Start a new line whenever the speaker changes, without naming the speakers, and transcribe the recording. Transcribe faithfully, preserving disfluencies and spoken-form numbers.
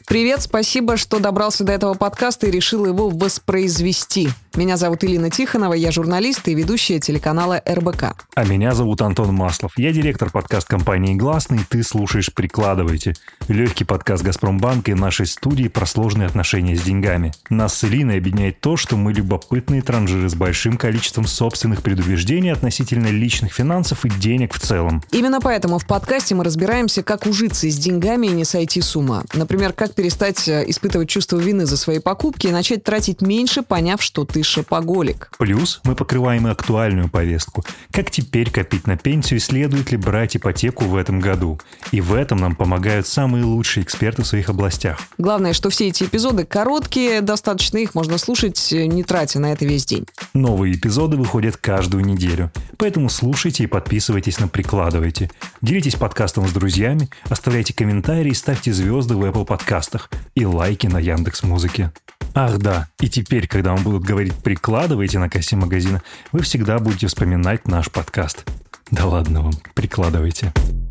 Привет, спасибо, что добрался до этого подкаста и решил его воспроизвести. Меня зовут Илина Тихонова, я журналист и ведущая телеканала эр бэ ка.
А меня зовут Антон Маслов. Я директор подкаст-компании «Гласный», ты слушаешь «Прикладывайте». Легкий подкаст «Газпромбанка» и нашей студии про сложные отношения с деньгами. Нас с Илиной объединяет то, что мы любопытные транжиры с большим количеством собственных предубеждений относительно личных финансов и денег в целом.
Именно поэтому в подкасте мы разбираемся, как ужиться с деньгами и не сойти с ума. Например, как перестать испытывать чувство вины за свои покупки и начать тратить меньше, поняв, что ты шопоголик.
Плюс мы покрываем и актуальную повестку. Как теперь копить на пенсию и следует ли брать ипотеку в этом году? И в этом нам помогают самые лучшие эксперты в своих областях.
Главное, что все эти эпизоды короткие, достаточно их можно слушать, не тратя на это весь день.
Новые эпизоды выходят каждую неделю. Поэтому слушайте и подписывайтесь на «Прикладывайте». Делитесь подкастом с друзьями, оставляйте комментарии, ставьте звезды в Apple подкастах и лайки на Яндекс.Музыке. Ах да, и теперь, когда вам будут говорить «прикладывайте» на кассе магазина, вы всегда будете вспоминать наш подкаст. Да ладно вам, прикладывайте.